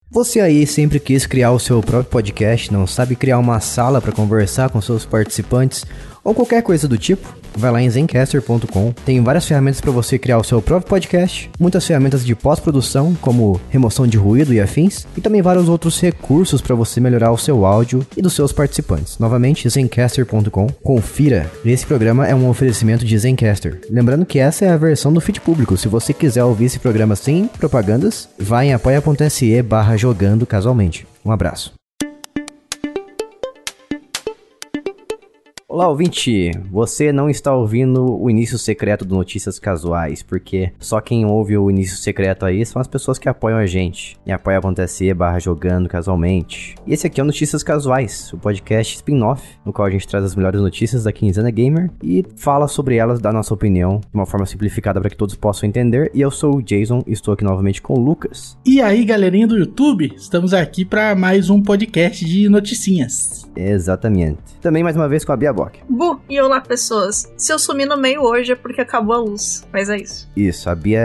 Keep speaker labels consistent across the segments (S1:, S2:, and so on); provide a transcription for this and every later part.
S1: Você aí sempre quis criar o seu próprio podcast, não sabe criar uma sala para conversar com seus participantes ou qualquer coisa do tipo? Vai lá em Zencastr.com, tem várias ferramentas para você criar o seu próprio podcast, muitas ferramentas de pós-produção, como remoção de ruído e afins, e também vários outros recursos para você melhorar o seu áudio e dos seus participantes. Novamente, Zencastr.com, confira, esse programa é um oferecimento de Zencastr. Lembrando que essa é a versão do feed público, se você quiser ouvir esse programa sem propagandas, vai em apoia.se/jogando casualmente. Um abraço. Olá, ouvinte! Você não está ouvindo o início secreto do Notícias Casuais, porque só quem ouve o início secreto aí são as pessoas que apoiam a gente. Em apoia.se/jogando casualmente. E esse aqui é o Notícias Casuais, o podcast spin-off, no qual a gente traz as melhores notícias da quinzena gamer e fala sobre elas, dá nossa opinião, de uma forma simplificada para que todos possam entender. E eu sou o Jason e estou aqui novamente com o Lucas.
S2: E aí, galerinha do YouTube, estamos aqui para mais um podcast de noticinhas.
S1: Exatamente. Também mais uma vez com a Bia Bock.
S3: Bu, e olá pessoas. Se eu sumir no meio hoje é porque acabou a luz, mas é isso.
S1: Isso, a Bia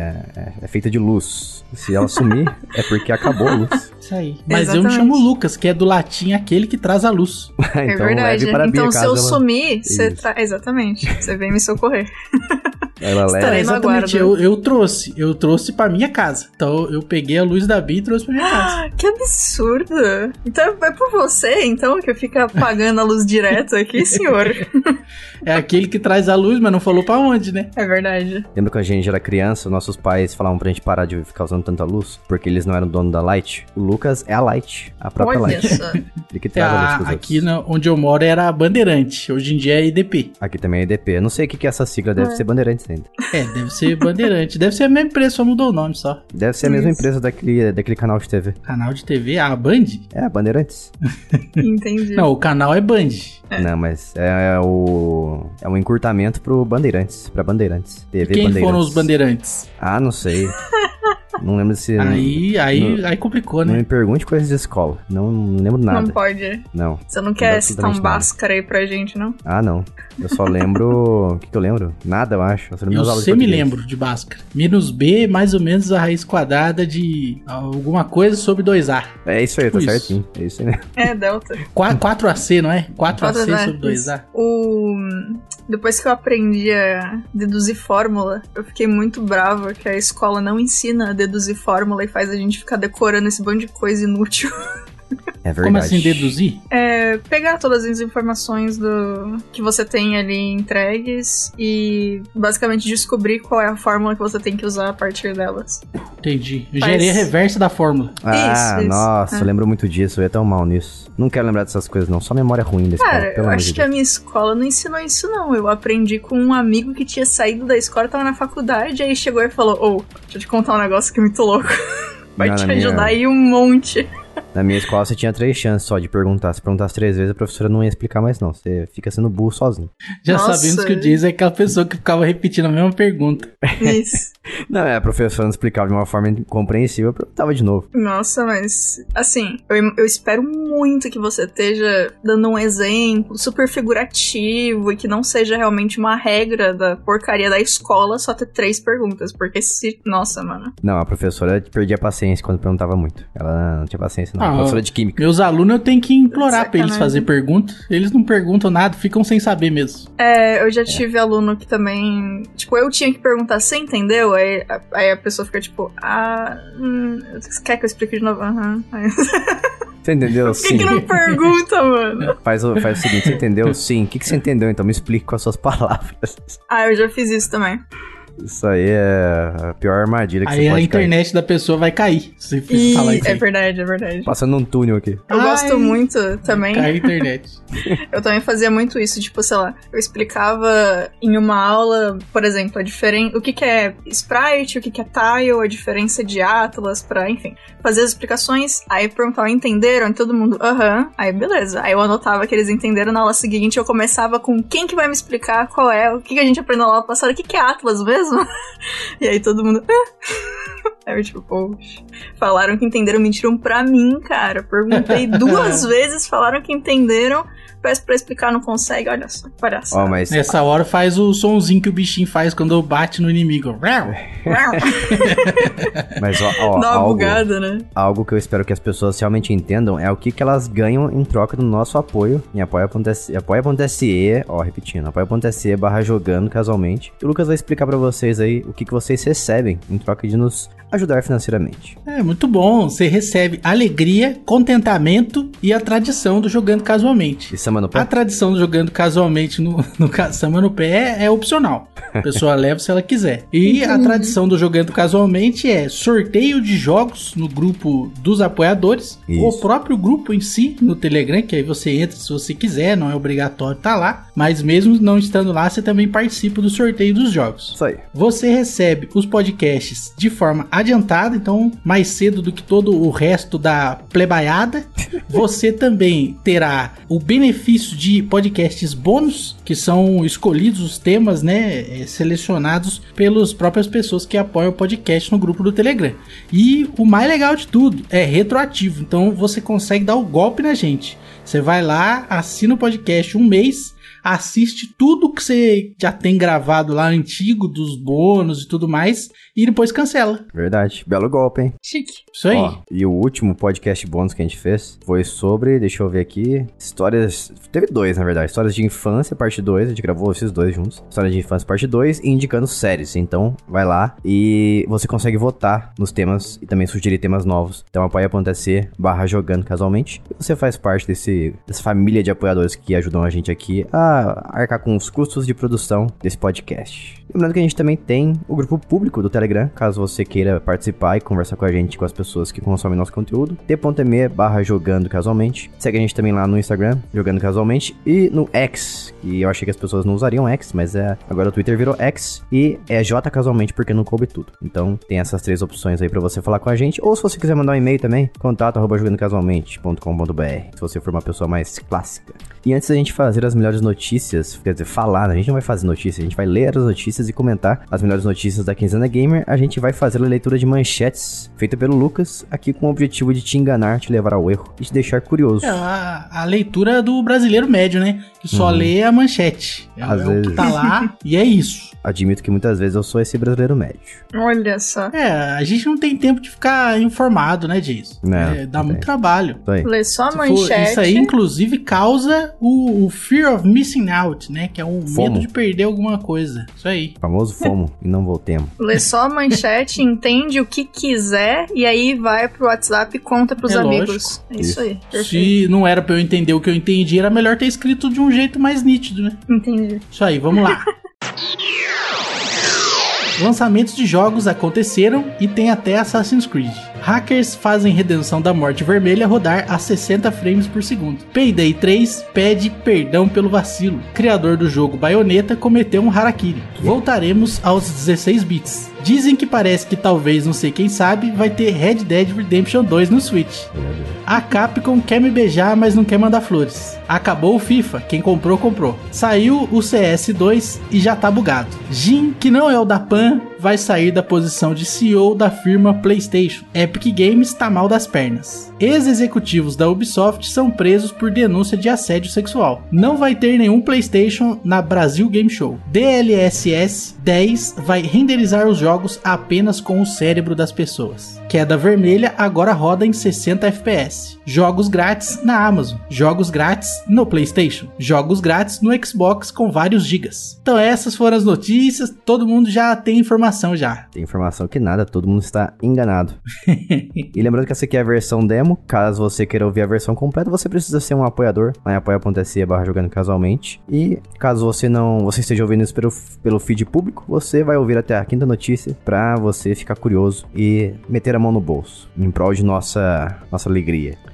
S1: é feita de luz. Se ela sumir, é porque acabou a luz.
S2: Isso aí. Mas exatamente. Eu me chamo Lucas, que é do latim aquele que traz a luz.
S1: Então,
S3: é verdade.
S1: Leve para a Bia,
S3: então se eu sumir,
S1: você
S3: exatamente. Você vem me socorrer.
S1: Ela leva.
S2: Exatamente, eu trouxe pra minha casa. Então eu peguei a luz da Bia e trouxe pra minha casa.
S3: Que absurdo. Então é por você, então, que fica apagando a luz direto aqui, senhor.
S2: É aquele que traz a luz, mas não falou pra onde, né?
S3: É verdade.
S1: Lembra quando a gente era criança, nossos pais falavam pra gente parar de ficar usando tanta luz? Porque eles não eram dono da Light. O Lucas é a Light, a própria
S3: Olha
S1: Light.
S3: Só.
S1: Ele que traz a luz pros
S2: aqui onde eu moro era a Bandeirante, hoje em dia é EDP.
S1: Aqui também é EDP. Eu não sei o que é essa sigla, deve ser Bandeirantes ainda.
S2: Deve ser Bandeirante. Deve ser a mesma empresa, só mudou o nome só.
S1: Deve ser a mesma empresa daquele canal de TV.
S2: Canal de TV? A Band?
S1: É, Bandeirantes.
S3: Entendi.
S2: Não, o canal é Band.
S1: Não, mas é um encurtamento pro Bandeirantes, pra Bandeirantes. TV
S2: Quem
S1: Bandeirantes.
S2: foram os Bandeirantes?
S1: Ah, não sei. Não lembro se...
S2: Aí complicou, né?
S1: Não me pergunte coisas de escola. Não lembro nada.
S3: Não pode.
S1: Não.
S3: Você não quer citar um Bhaskara aí pra gente, não?
S1: Ah, não. Eu só lembro... O que eu lembro? Nada, eu acho.
S2: Eu sempre lembro de Bhaskara. Menos B, mais ou menos a raiz quadrada de alguma coisa sobre 2A.
S1: É isso aí, tá certinho. É isso aí mesmo.
S3: É, delta.
S2: 4AC, não é? 4AC sobre 2A.
S3: Depois que eu aprendi a deduzir fórmula, eu fiquei muito brava que a escola não ensina a deduzir fórmula e faz a gente ficar decorando esse bando de coisa inútil.
S1: É verdade.
S2: Como assim deduzir?
S3: É pegar todas as informações que você tem ali entregues e basicamente descobrir qual é a fórmula que você tem que usar a partir delas.
S2: Entendi. Gerei a reversa da fórmula.
S3: Isso.
S1: Nossa, eu lembro muito disso, eu ia tão mal nisso. Não quero lembrar dessas coisas não, só memória ruim da escola.
S3: Cara, eu acho que a minha escola não ensinou isso não. Eu aprendi com um amigo que tinha saído da escola, tava na faculdade, aí chegou e falou, deixa eu te contar um negócio que é muito louco. Vai te ajudar aí um monte.
S1: Na minha escola você tinha 3 chances só de perguntar. Se perguntasse 3 vezes, a professora não ia explicar mais não. Você fica sendo burro sozinho.
S2: Já sabemos que o Jason é aquela pessoa que ficava repetindo a mesma pergunta.
S3: Isso.
S1: Não, a professora não explicava de uma forma incompreensível, eu perguntava de novo.
S3: Nossa, mas assim, eu espero muito que você esteja dando um exemplo super figurativo e que não seja realmente uma regra da porcaria da escola só ter 3 perguntas, porque nossa, mano.
S1: Não, a professora perdia a paciência quando perguntava muito. Ela não tinha paciência não. Professora de química.
S2: Meus alunos eu tenho que implorar pra eles fazer perguntas. Eles não perguntam nada, ficam sem saber mesmo.
S3: Eu já tive aluno que também... Tipo, eu tinha que perguntar, você entendeu? Aí a pessoa fica tipo, quer que eu explique de novo?
S1: Você entendeu?
S3: Por que não pergunta, mano?
S1: Faz o seguinte, você entendeu? Sim. O que você entendeu? Então me explique com as suas palavras.
S3: Eu já fiz isso também.
S1: Isso aí é a pior armadilha que você pode cair.
S2: Aí a internet da pessoa vai cair. Se falar isso
S3: é verdade, é verdade.
S1: Passando num túnel aqui.
S3: Eu gosto muito também.
S2: Cai a internet.
S3: Eu também fazia muito isso, tipo, sei lá, eu explicava em uma aula, por exemplo, o que é Sprite, o que é Tile, a diferença de Atlas, enfim, fazer as explicações, aí perguntava, entenderam? E todo mundo, aí beleza. Aí eu anotava que eles entenderam, na aula seguinte eu começava com quem que vai me explicar qual é, o que a gente aprendeu na aula passada, o que é Atlas mesmo? E aí todo mundo... Aí eu tipo, poxa. Falaram que entenderam, mentiram pra mim, cara. Perguntei 2 vezes, falaram que entenderam. Peço pra explicar, não consegue, olha só, palhaçada.
S1: Mas...
S2: Nessa hora faz o sonzinho que o bichinho faz quando bate no inimigo.
S1: Mas
S3: Dá uma bugada, né?
S1: Algo que eu espero que as pessoas realmente entendam é o que elas ganham em troca do nosso apoio em apoia.se, repetindo, apoia.se/jogando casualmente. E o Lucas vai explicar pra vocês aí o que vocês recebem em troca de nos ajudar financeiramente.
S2: É muito bom, você recebe alegria, contentamento e a tradição do Jogando Casualmente.
S1: E Samba no Pé?
S2: A tradição do Jogando Casualmente no Samba no Pé é opcional. A pessoa leva se ela quiser. E a tradição do Jogando Casualmente é sorteio de jogos no grupo dos apoiadores.
S1: Isso.
S2: O próprio grupo em si, no Telegram, que aí você entra se você quiser, não é obrigatório estar lá. Mas mesmo não estando lá, você também participa do sorteio dos jogos.
S1: Isso aí.
S2: Você recebe os podcasts de forma adiantada, então mais cedo do que todo o resto da plebaiada. Você também terá o benefício de podcasts bônus, que são escolhidos os temas, né, selecionados pelas próprias pessoas que apoiam o podcast no grupo do Telegram. E o mais legal de tudo é retroativo, então você consegue dar o golpe na gente. Você vai lá, assina o podcast 1 mês, assiste tudo que você já tem gravado lá antigo, dos bônus e tudo mais, e depois cancela.
S1: Verdade. Belo golpe, hein?
S3: Chique.
S2: Isso aí.
S1: Ó, e o último podcast bônus que a gente fez foi sobre, deixa eu ver aqui, histórias... Teve 2, na verdade. Histórias de infância, parte 2. A gente gravou esses 2 juntos. Histórias de infância, parte 2. E indicando séries. Então, vai lá e você consegue votar nos temas e também sugerir temas novos. Então, apoia.se/jogando casualmente. E você faz parte dessa família de apoiadores que ajudam a gente aqui a arcar com os custos de produção desse podcast. Lembrando que a gente também tem o grupo público do Telegram, caso você queira participar e conversar com a gente, com as pessoas que consomem nosso conteúdo. t.me/jogando casualmente. Segue a gente também lá no Instagram, Jogando Casualmente, e no X, que eu achei que as pessoas não usariam X, mas agora o Twitter virou X, e é J casualmente porque não coube tudo. Então tem essas 3 opções aí pra você falar com a gente, ou se você quiser mandar um e-mail também, contato@jogandocasualmente.com.br, se você for uma pessoa mais clássica. E antes da gente fazer as melhores notícias, quer dizer, falar, a gente não vai fazer notícias, a gente vai ler as notícias e comentar as melhores notícias da Quinzena Gamer. A gente vai fazer a leitura de manchetes feita pelo Lucas, aqui com o objetivo de te enganar, te levar ao erro e te deixar curioso.
S2: É a leitura do brasileiro médio, né? Que só lê a manchete.
S1: Às
S2: o
S1: vezes.
S2: que tá lá e é isso.
S1: Admito que muitas vezes eu sou esse brasileiro médio.
S3: Olha só.
S2: A gente não tem tempo de ficar informado, né, disso? Dá muito trabalho.
S1: Isso aí.
S3: Lê só a manchete.
S2: Isso aí, inclusive, causa o fear of missing out, né? Que é o medo de perder alguma coisa. Isso aí.
S1: O famoso FOMO e não voltemos.
S3: Lê só a manchete, entende o que quiser e aí vai pro WhatsApp e conta pros amigos.
S2: Lógico.
S3: É isso aí. Perfeito.
S2: Se não era pra eu entender o que eu entendi, era melhor ter escrito de um jeito mais nítido, né?
S3: Entendi.
S2: Isso aí, vamos lá. Lançamentos de jogos aconteceram e tem até Assassin's Creed. Hackers fazem Redenção da Morte Vermelha rodar a 60 frames por segundo. Payday 3 pede perdão pelo vacilo. Criador do jogo Bayonetta cometeu um harakiri. Voltaremos aos 16 bits. Dizem que parece que talvez, não sei quem sabe, vai ter Red Dead Redemption 2 no Switch. A Capcom quer me beijar, mas não quer mandar flores. Acabou o FIFA, quem comprou, comprou. Saiu o CS2 e já tá bugado. Jin, que não é o da Pan, vai sair da posição de CEO da firma PlayStation. Epic Games tá mal das pernas. Ex-executivos da Ubisoft são presos por denúncia de assédio sexual. Não vai ter nenhum PlayStation na Brasil Game Show. DLSS 10 vai renderizar os jogos apenas com o cérebro das pessoas. Queda Vermelha agora roda em 60 FPS. Jogos grátis na Amazon. Jogos grátis no PlayStation. Jogos grátis no Xbox com vários gigas. Então essas foram as notícias. Todo mundo já tem informação já.
S1: Tem informação que nada, todo mundo está enganado. E lembrando que essa aqui é a versão demo. Caso você queira ouvir a versão completa, você precisa ser um apoiador lá em apoia.se/jogando casualmente. E caso você esteja ouvindo isso pelo feed público, você vai ouvir até a 5ª notícia pra você ficar curioso e meter a mão no bolso, em prol de nossa alegria.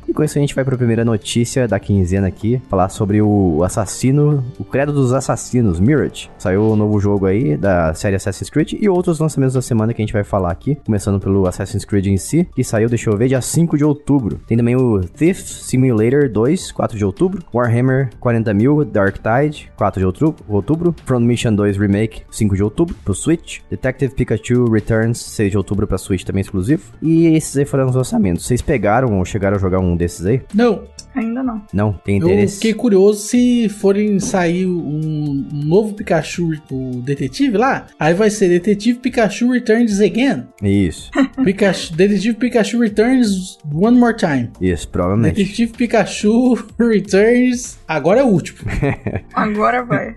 S1: E com isso a gente vai pra primeira notícia da quinzena aqui, falar sobre o assassino, o credo dos assassinos, Mirage. Saiu o novo jogo aí da série Assassin's Creed e outros lançamentos da semana que a gente vai falar aqui, começando pelo Assassin's Creed em si, que saiu, deixa eu ver, dia 5 de outubro. Tem também o Thief Simulator 2, 4 de outubro, Warhammer 40.000 Dark Tide, 4 de outubro, Front Mission 2 Remake, 5 de outubro, pro Switch, Detective Pikachu Returns, 6 de outubro pra Switch, também exclusivo. E esses aí foram os lançamentos. Vocês pegaram ou chegaram a jogar um desses aí?
S2: Não.
S3: Ainda não.
S1: Não? Tem interesse?
S2: Eu fiquei curioso se forem sair um novo Pikachu, o detetive lá. Aí vai ser Detetive Pikachu Returns Again.
S1: Isso.
S2: Detetive Pikachu Returns One More Time.
S1: Isso, provavelmente.
S2: Detetive Pikachu Returns... Agora é o último.
S3: Agora vai.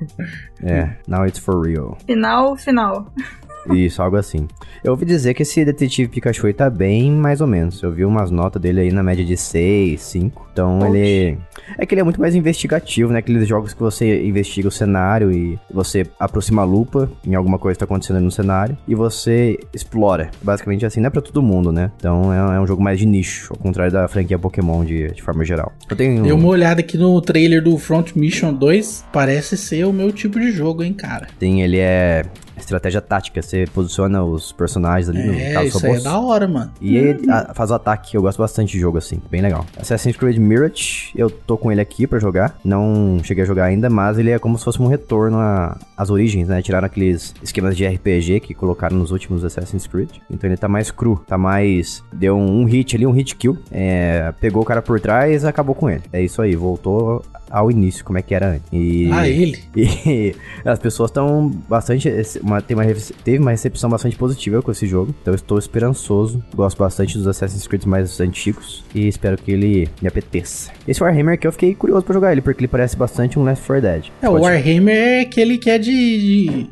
S1: Now it's for real.
S3: Final.
S1: Isso, algo assim. Eu ouvi dizer que esse Detetive Pikachu aí tá bem mais ou menos. Eu vi umas notas dele aí na média de 6, 5. Então ele... É que ele é muito mais investigativo, né? Aqueles jogos que você investiga o cenário e você aproxima a lupa em alguma coisa que tá acontecendo no cenário e você explora. Basicamente assim, não é pra todo mundo, né? Então é um jogo mais de nicho, ao contrário da franquia Pokémon de forma geral.
S2: Dei uma olhada aqui no trailer do Front Mission 2. Parece ser o meu tipo de jogo, hein, cara?
S1: Sim, ele é... estratégia tática, você posiciona os personagens ali no caso
S2: isso aí é da hora, mano.
S1: E ele faz o ataque, eu gosto bastante de jogo assim, bem legal. Assassin's Creed Mirage, eu tô com ele aqui pra jogar, não cheguei a jogar ainda, mas ele é como se fosse um retorno às origens, né? Tiraram aqueles esquemas de RPG que colocaram nos últimos Assassin's Creed, então ele tá mais cru, tá mais... deu um hit ali, um hit kill, pegou o cara por trás e acabou com ele. É isso aí, voltou ao início, como é que era antes.
S2: Ele.
S1: E as pessoas estão bastante... teve uma recepção bastante positiva com esse jogo, então eu estou esperançoso. Gosto bastante dos Assassin's Creed mais antigos e espero que ele me apeteça. Esse Warhammer aqui eu fiquei curioso pra jogar ele, porque ele parece bastante um Left 4 Dead.
S2: O Warhammer é aquele que é de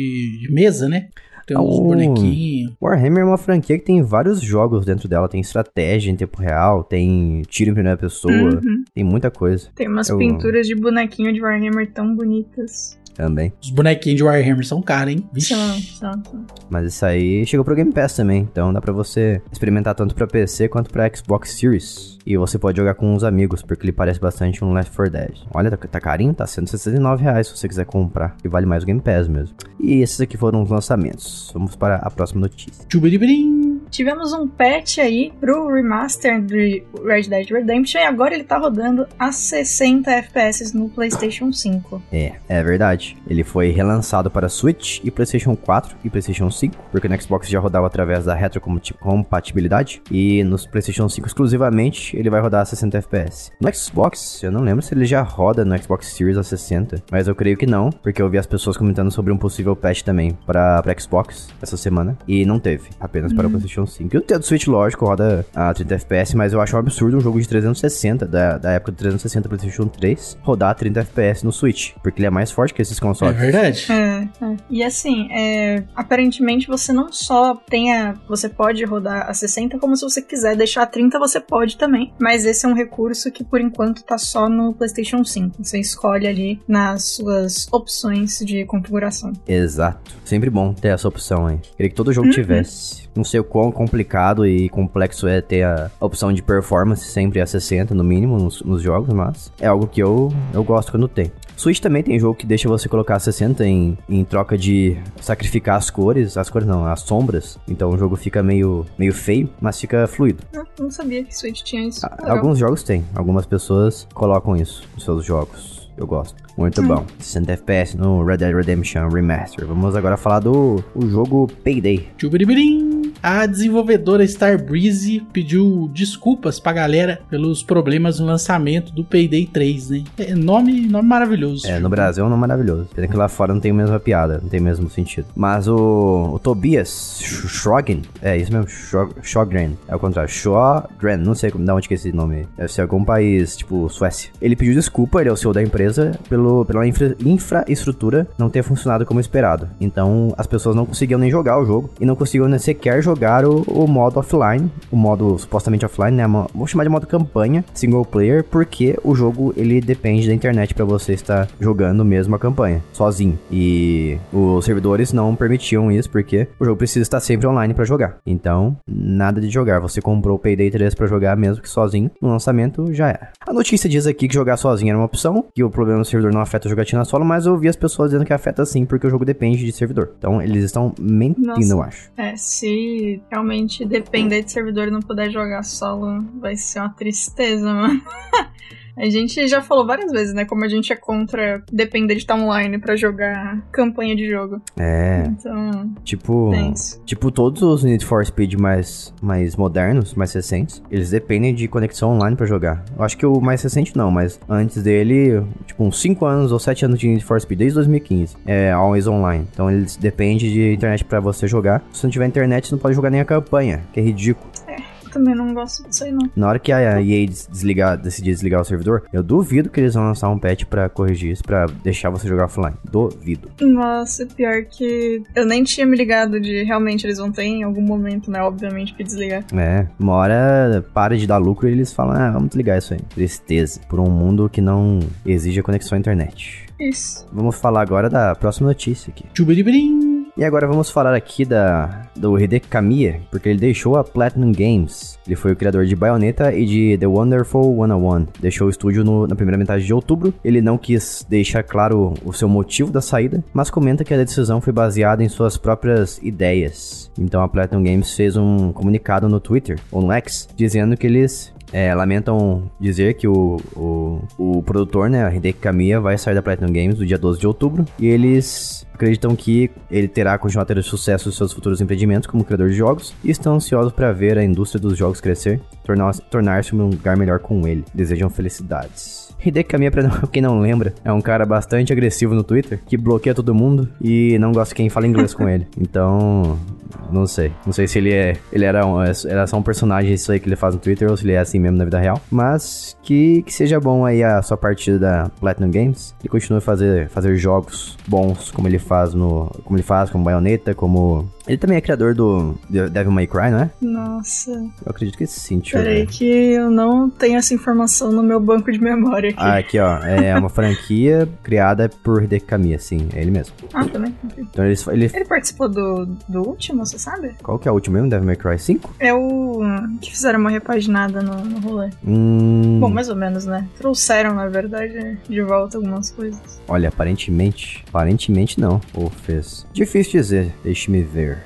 S2: mesa, né? Tem uns bonequinhos.
S1: Warhammer é uma franquia que tem vários jogos dentro dela. Tem estratégia em tempo real, tem tiro em primeira pessoa, tem muita coisa.
S3: Tem umas pinturas de bonequinho de Warhammer tão bonitas.
S1: Também.
S2: Os bonequinhos de Warhammer são caros, hein? Vixe.
S3: São.
S1: Mas isso aí chegou pro Game Pass também, então dá pra você experimentar tanto pra PC quanto pra Xbox Series. E você pode jogar com uns amigos, porque ele parece bastante um Left 4 Dead. Olha, tá carinho, tá sendo R$69 se você quiser comprar. E vale mais o Game Pass mesmo. E esses aqui foram os lançamentos. Vamos para a próxima notícia.
S3: Tivemos um patch aí pro remaster de Red Dead Redemption e agora ele tá rodando a 60 FPS no PlayStation 5.
S1: É verdade. Ele foi relançado para Switch e PlayStation 4 e PlayStation 5, porque no Xbox já rodava através da retrocompatibilidade e no PlayStation 5 exclusivamente ele vai rodar a 60 FPS. No Xbox, eu não lembro se ele já roda no Xbox Series a 60, mas eu creio que não, porque eu vi as pessoas comentando sobre um possível patch também para Xbox essa semana e não teve, apenas para o PlayStation 5. E o do Switch, lógico, roda a 30 FPS, mas eu acho um absurdo um jogo de 360, da época do 360 PlayStation 3, rodar a 30 FPS no Switch, porque ele é mais forte que esses consoles.
S2: É verdade.
S3: E assim, aparentemente você não só você pode rodar a 60, como se você quiser deixar a 30, você pode também. Mas esse é um recurso que por enquanto tá só no PlayStation 5. Você escolhe ali nas suas opções de configuração.
S1: Exato. Sempre bom ter essa opção aí. Queria que todo jogo tivesse. Não sei o quão complicado e complexo é ter a opção de performance sempre a 60 no mínimo nos jogos, mas é algo que eu gosto quando tem. Switch também tem jogo que deixa você colocar 60 em troca de sacrificar as sombras. Então o jogo fica meio feio, mas fica fluido.
S3: Não sabia que Switch tinha isso.
S1: Alguns jogos tem, algumas pessoas colocam isso nos seus jogos. Eu gosto. Muito bom. 60 FPS no Red Dead Redemption Remaster. Vamos agora falar do jogo Payday.
S2: A desenvolvedora Starbreeze pediu desculpas pra galera pelos problemas no lançamento do Payday 3, né? Nome maravilhoso.
S1: No Brasil é um nome maravilhoso. Pena que lá fora não tem a mesma piada, não tem o mesmo sentido. Mas o Tobias Shogren, isso mesmo, Shogren, é o contrário, Shogren, não sei de onde que é esse nome. Deve ser algum país, tipo Suécia. Ele pediu desculpa, ele é o CEO da empresa, pela infraestrutura não ter funcionado como esperado. Então as pessoas não conseguiam nem jogar o jogo e não conseguiam nem sequer jogar jogar o modo offline, o modo supostamente offline, né? Vou chamar de modo campanha, single player, porque o jogo ele depende da internet pra você estar jogando mesmo a campanha, sozinho. E os servidores não permitiam isso, porque o jogo precisa estar sempre online pra jogar. Então, nada de jogar. Você comprou o Payday 3 pra jogar mesmo que sozinho, no lançamento já era. A notícia diz aqui que jogar sozinho era uma opção, que o problema do servidor não afeta a jogatina solo, mas eu ouvi as pessoas dizendo que afeta sim, porque o jogo depende de servidor. Então, eles estão mentindo, eu acho.
S3: Se realmente depender de servidor e não puder jogar solo, vai ser uma tristeza, mano. A gente já falou várias vezes, né? Como a gente é contra depender de estar online pra jogar campanha de jogo. Então,
S1: tipo todos os Need for Speed mais modernos, mais recentes, eles dependem de conexão online pra jogar. Eu acho que o mais recente não, mas antes dele, tipo uns 5 anos ou 7 anos de Need for Speed, desde 2015, é always online. Então eles dependem de internet pra você jogar. Se não tiver internet, você não pode jogar nem a campanha, que é ridículo.
S3: Também não gosto disso aí, não.
S1: Na hora que a EA decidir desligar o servidor, eu duvido que eles vão lançar um patch pra corrigir isso, pra deixar você jogar offline. Duvido.
S3: Nossa, pior que eu nem tinha me ligado de realmente eles vão ter em algum momento, né? Obviamente que desligar.
S1: Uma hora para de dar lucro e eles falam, vamos desligar isso aí. Tristeza. Por um mundo que não exige a conexão à internet.
S3: Isso.
S1: Vamos falar agora da próxima notícia aqui.
S2: Tchubiribirim.
S1: E agora vamos falar aqui do Hideki Kamiya, porque ele deixou a Platinum Games. Ele foi o criador de Bayonetta e de The Wonderful 101. Deixou o estúdio na primeira metade de outubro. Ele não quis deixar claro o seu motivo da saída, mas comenta que a decisão foi baseada em suas próprias ideias. Então a Platinum Games fez um comunicado no Twitter, ou no X, dizendo que eles lamentam dizer que o produtor, né, Hideki Kamiya, vai sair da Platinum Games no dia 12 de outubro. E eles acreditam que ele terá continuado a ter sucesso nos seus futuros empreendimentos como criador de jogos e estão ansiosos para ver a indústria dos jogos crescer, tornar-se um lugar melhor com ele. Desejam felicidades. Hideki Kamiya, pra quem não lembra, é um cara bastante agressivo no Twitter, que bloqueia todo mundo e não gosta de quem fala inglês com ele. Então, não sei. Não sei se ele era só um personagem isso aí que ele faz no Twitter ou se ele é assim mesmo na vida real. Mas que seja bom aí a sua partida da Platinum Games. Ele continue a fazer jogos bons como ele faz como Bayonetta, como... Ele também é criador do Devil May Cry, não é?
S3: Nossa.
S1: Eu acredito que sim, deixa eu ver.
S3: Peraí que eu não tenho essa informação no meu banco de memória aqui.
S1: Aqui ó, é uma franquia criada por Hideki Kamiya, sim, é ele mesmo.
S3: Também.
S1: Então ele
S3: participou do último, você sabe?
S1: Qual que é o último mesmo, Devil May Cry 5?
S3: É o que fizeram uma repaginada no rolê. Bom, mais ou menos, né? Trouxeram, na verdade, de volta algumas coisas.
S1: Olha, aparentemente não, ou fez. Difícil dizer, deixe-me ver.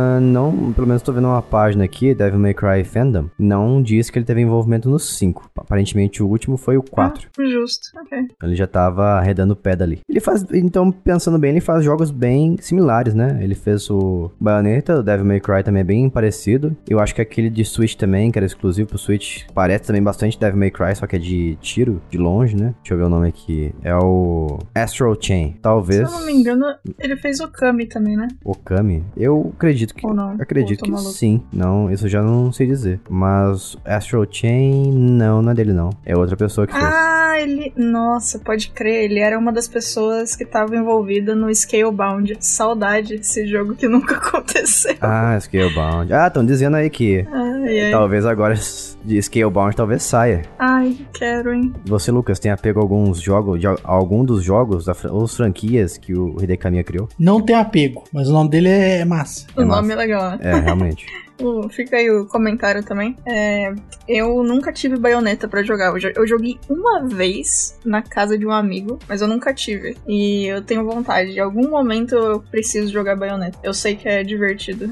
S1: Não, pelo menos tô vendo uma página aqui, Devil May Cry Fandom, não diz que ele teve envolvimento no 5. Aparentemente o último foi o 4.
S3: Justo, ok.
S1: Ele já tava arredando o pé dali. Ele faz, então, pensando bem, ele faz jogos bem similares, né? Ele fez o Bayonetta, o Devil May Cry também é bem parecido. Eu acho que aquele de Switch também, que era exclusivo pro Switch, parece também bastante Devil May Cry, só que é de tiro, de longe, né? Deixa eu ver o nome aqui. É o Astral Chain, talvez.
S3: Se eu não me engano, ele fez Okami também, né?
S1: Okami? Eu acredito que...
S3: Ou não?
S1: Acredito que sim. Não, isso eu já não sei dizer. Mas Astral Chain, não é dele não. É outra pessoa que fez.
S3: Ele... Nossa, pode crer. Ele era uma das pessoas que estava envolvida no Scalebound. Saudade desse jogo que nunca aconteceu.
S1: Scalebound. Estão dizendo aí que talvez agora de Scalebound talvez saia.
S3: Ai, quero, hein?
S1: Você, Lucas, tem apego a algum dos jogos ou franquias que o Hideki Kamiya criou?
S2: Não tem apego, mas o nome dele é massa.
S3: O nome é legal, né?
S1: Realmente.
S3: Fica aí o comentário também. Eu nunca tive Bayonetta pra jogar. Eu joguei uma vez na casa de um amigo, mas eu nunca tive. E eu tenho vontade. De algum momento eu preciso jogar Bayonetta. Eu sei que é divertido.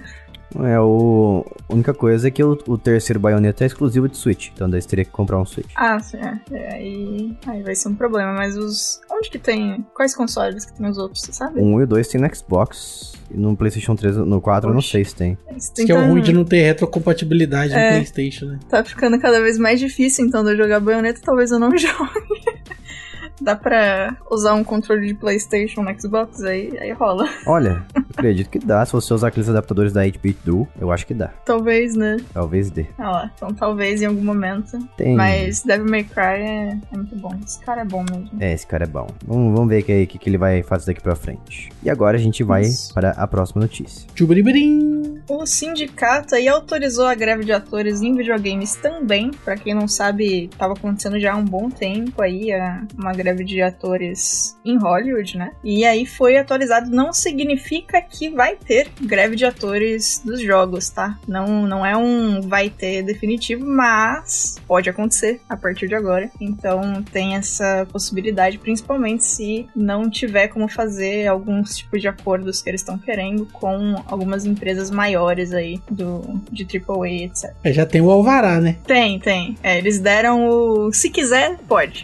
S1: A única coisa é que o terceiro Bayonetta é exclusivo de Switch. Então daí você teria que comprar um Switch.
S3: Sim, aí vai ser um problema. Mas onde que tem... Quais consoles que tem os outros, você sabe?
S1: 1 e o 2 tem no Xbox. E no PlayStation 3, no 4, eu não sei se tem.
S2: Isso que é o ruim de não ter retrocompatibilidade no PlayStation, né?
S3: Tá ficando cada vez mais difícil, então, de eu jogar Bayonetta. Talvez eu não jogue. Dá pra usar um controle de PlayStation no Xbox? Aí rola.
S1: Olha, eu acredito que dá. Se você usar aqueles adaptadores da 8-bit Duo, eu acho que dá.
S3: Talvez, né?
S1: Talvez dê.
S3: Lá. Então talvez em algum momento.
S1: Tem.
S3: Mas Devil May Cry é muito bom. Esse cara é bom mesmo.
S1: Esse cara é bom. Vamos ver o que ele vai fazer daqui pra frente. E agora a gente vai para a próxima notícia.
S2: Tchubiribirim.
S3: O sindicato aí autorizou a greve de atores em videogames também. Pra quem não sabe, tava acontecendo já há um bom tempo aí uma greve de atores em Hollywood, né? E aí foi atualizado. Não significa que vai ter greve de atores dos jogos, tá? Não é um vai ter definitivo, mas pode acontecer a partir de agora. Então tem essa possibilidade, principalmente se não tiver como fazer alguns tipos de acordos que eles estão querendo com algumas empresas maiores aí de AAA, etc.
S2: Já tem o alvará, né?
S3: Tem. Eles deram o... Se quiser, pode.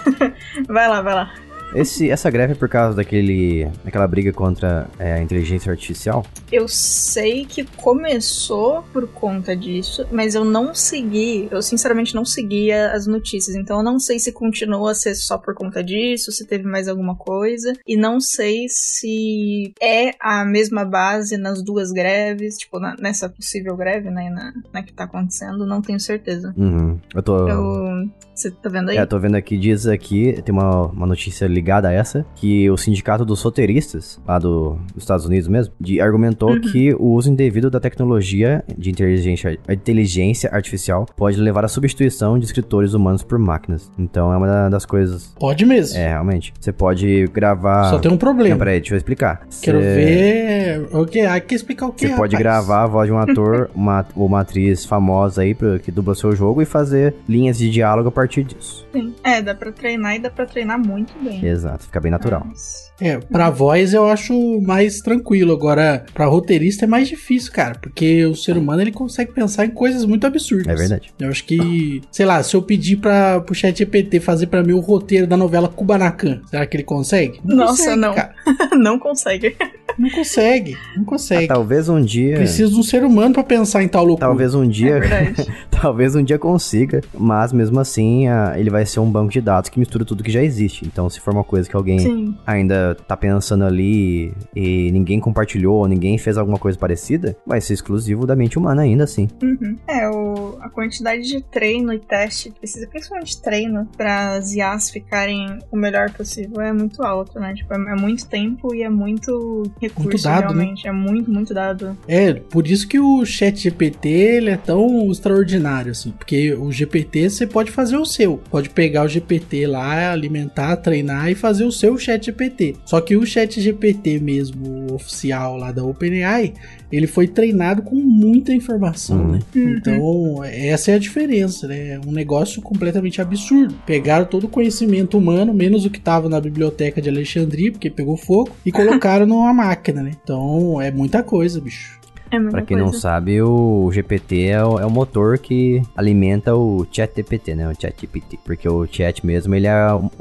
S3: Vai lá.
S1: Essa greve é por causa daquela briga contra a inteligência artificial?
S3: Eu sei que começou por conta disso, mas eu sinceramente não seguia as notícias, então eu não sei se continuou a ser só por conta disso, se teve mais alguma coisa, e não sei se é a mesma base nas duas greves, tipo, nessa possível greve, né, na que tá acontecendo, não tenho certeza.
S1: Uhum.
S3: Você tá vendo aí?
S1: Eu tô vendo aqui, diz aqui, tem uma notícia ligada a essa, que o sindicato dos roteiristas, lá dos Estados Unidos mesmo, argumentou que o uso indevido da tecnologia de inteligência artificial pode levar à substituição de escritores humanos por máquinas. Então é uma das coisas...
S2: Pode mesmo.
S1: É, realmente. Você pode gravar...
S2: Só tem um problema.
S1: Não, peraí, deixa eu explicar.
S2: Quero ver... Ok, aqui explicar o que,
S1: Você pode gravar a voz de um ator, ou uma atriz famosa aí, que dubla seu jogo, e fazer linhas de diálogo a partir disso.
S3: Sim. Dá pra treinar e dá pra treinar muito bem.
S1: Exato, fica bem natural.
S2: Pra voz eu acho mais tranquilo. Agora, pra roteirista é mais difícil, cara. Porque o ser humano, ele consegue pensar em coisas muito absurdas.
S1: É verdade.
S2: Eu acho que, sei lá, se eu pedir pro ChatGPT fazer pra mim o roteiro da novela Kubanacan, será que ele consegue?
S3: Nossa, não.
S2: Cara.
S3: Não consegue.
S2: Não consegue.
S1: Talvez um dia...
S2: Precisa de um ser humano pra pensar em tal loucura.
S1: Talvez um dia...
S3: É verdade.
S1: Talvez um dia consiga, mas mesmo assim ele vai ser um banco de dados que mistura tudo que já existe. Então se for uma coisa que alguém ainda tá pensando ali e ninguém compartilhou, ninguém fez alguma coisa parecida, vai ser exclusivo da mente humana ainda assim.
S3: Uhum. A quantidade de treino e teste precisa, principalmente treino, para as IAs ficarem o melhor possível é muito alto, né? Tipo, é muito tempo e é muito recurso, muito dado, realmente. Né? É muito dado.
S2: Por isso que o ChatGPT, ele é tão extraordinário, assim. Porque o GPT, você pode fazer o seu. Pode pegar o GPT lá, alimentar, treinar e fazer o seu ChatGPT. Só que o ChatGPT mesmo, o oficial lá da OpenAI, ele foi treinado com muita informação, né? Então, essa é a diferença, né? É um negócio completamente absurdo. Pegaram todo o conhecimento humano, menos o que estava na biblioteca de Alexandria, porque pegou fogo, e colocaram numa máquina, né? Então, é muita coisa, bicho.
S1: Pra quem não sabe, o GPT é o motor que alimenta o ChatGPT, né? O ChatGPT. Porque o chat mesmo, ele é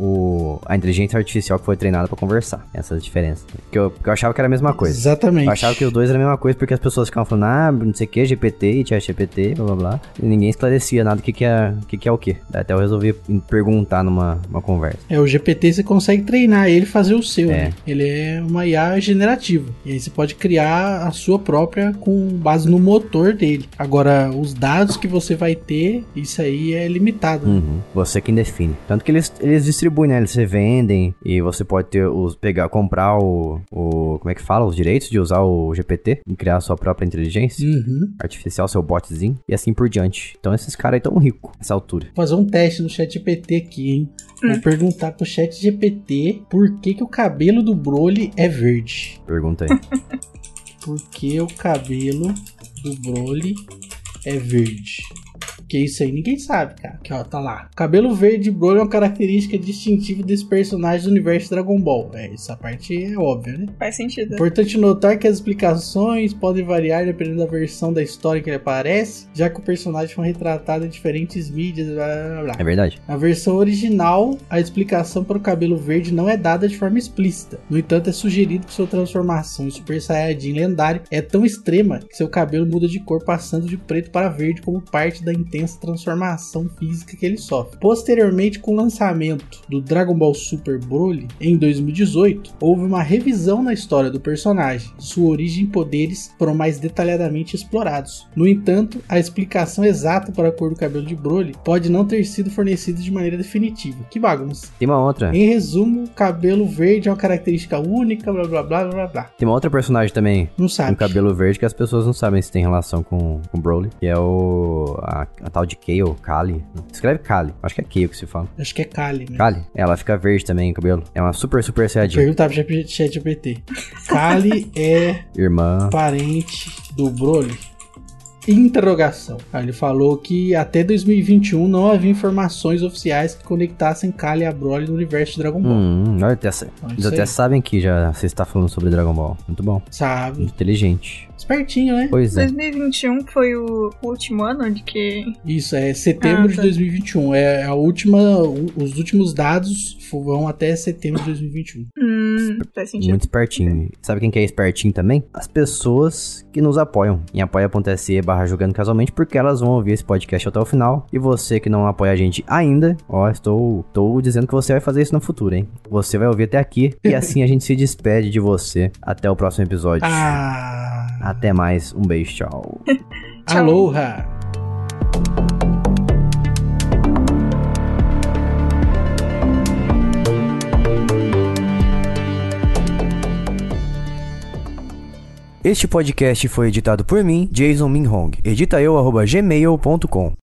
S1: a inteligência artificial que foi treinada pra conversar. Essa é a diferença. Porque eu achava que era a mesma coisa.
S2: Exatamente.
S1: Eu achava que os dois eram a mesma coisa porque as pessoas ficavam falando, não sei o que, GPT e ChatGPT, blá blá blá. E ninguém esclarecia nada o que é o que. Até eu resolvi perguntar numa conversa.
S2: O GPT você consegue treinar ele fazer o seu, né? Ele é uma IA generativa. E aí você pode criar a sua própria com base no motor dele. Agora, os dados que você vai ter, isso aí é limitado. Né?
S1: Você quem define. Tanto que eles distribuem, né? Eles revendem e você pode ter comprar como é que fala? Os direitos de usar o GPT e criar a sua própria inteligência artificial, seu botzinho e assim por diante. Então esses caras aí tão ricos nessa altura.
S2: Vou fazer um teste no ChatGPT aqui, hein? Vou perguntar pro ChatGPT por que o cabelo do Broly é verde.
S1: Pergunta aí.
S2: Por que o cabelo do Broly é verde? Que isso aí ninguém sabe, cara. Aqui, ó, tá lá. Cabelo verde de Broly é uma característica distintiva desse personagem do universo Dragon Ball. Essa parte é óbvia, né?
S3: Faz sentido.
S2: Importante notar que as explicações podem variar dependendo da versão da história que ele aparece, já que o personagem foi retratado em diferentes mídias, blá blá blá.
S1: É verdade.
S2: Na versão original, a explicação para o cabelo verde não é dada de forma explícita. No entanto, é sugerido que sua transformação em Super Saiyajin lendário é tão extrema que seu cabelo muda de cor, passando de preto para verde como parte da intensa intensa transformação física que ele sofre. Posteriormente, com o lançamento do Dragon Ball Super Broly em 2018, houve uma revisão na história do personagem. Sua origem e poderes foram mais detalhadamente explorados. No entanto, a explicação exata para a cor do cabelo de Broly pode não ter sido fornecida de maneira definitiva. Que bagunça.
S1: Tem uma outra.
S2: Em resumo, cabelo verde é uma característica única, blá blá blá blá blá.
S1: Tem uma outra personagem também.
S2: Não sabe.
S1: Com cabelo verde que as pessoas não sabem se tem relação com Broly. Que é a tal de Kayle, Kali. Escreve Kali. Acho que é Kayle que se fala.
S2: Acho que é Kali, né?
S1: Kali. Ela fica verde também, o cabelo. É uma super saiyajin.
S2: Perguntar pro ChatGPT. Kali é
S1: Irmã.
S2: parente do Broly? Interrogação. Aí ele falou que até 2021 não havia informações oficiais que conectassem Kali a Broly no universo de Dragon Ball.
S1: Eles até sabem que já você está falando sobre Dragon Ball. Muito bom.
S2: Sabe.
S1: Muito inteligente.
S2: Espertinho, né?
S1: Pois é.
S3: 2021 foi o último ano de que...
S2: Isso, é setembro de 2021. É a última... Os últimos dados vão até setembro de 2021.
S3: Faz sentido.
S1: Muito espertinho. Sabe quem que é espertinho também? As pessoas que nos apoiam em apoia.se/jogando casualmente, porque elas vão ouvir esse podcast até o final. E você que não apoia a gente ainda, ó, estou dizendo que você vai fazer isso no futuro, hein? Você vai ouvir até aqui e assim a gente se despede de você. Até o próximo episódio. Até mais. Um beijo, tchau.
S3: Tchau.
S2: Aloha!
S1: Este podcast foi editado por mim, Jason Minhong. Edita eu, @gmail.com.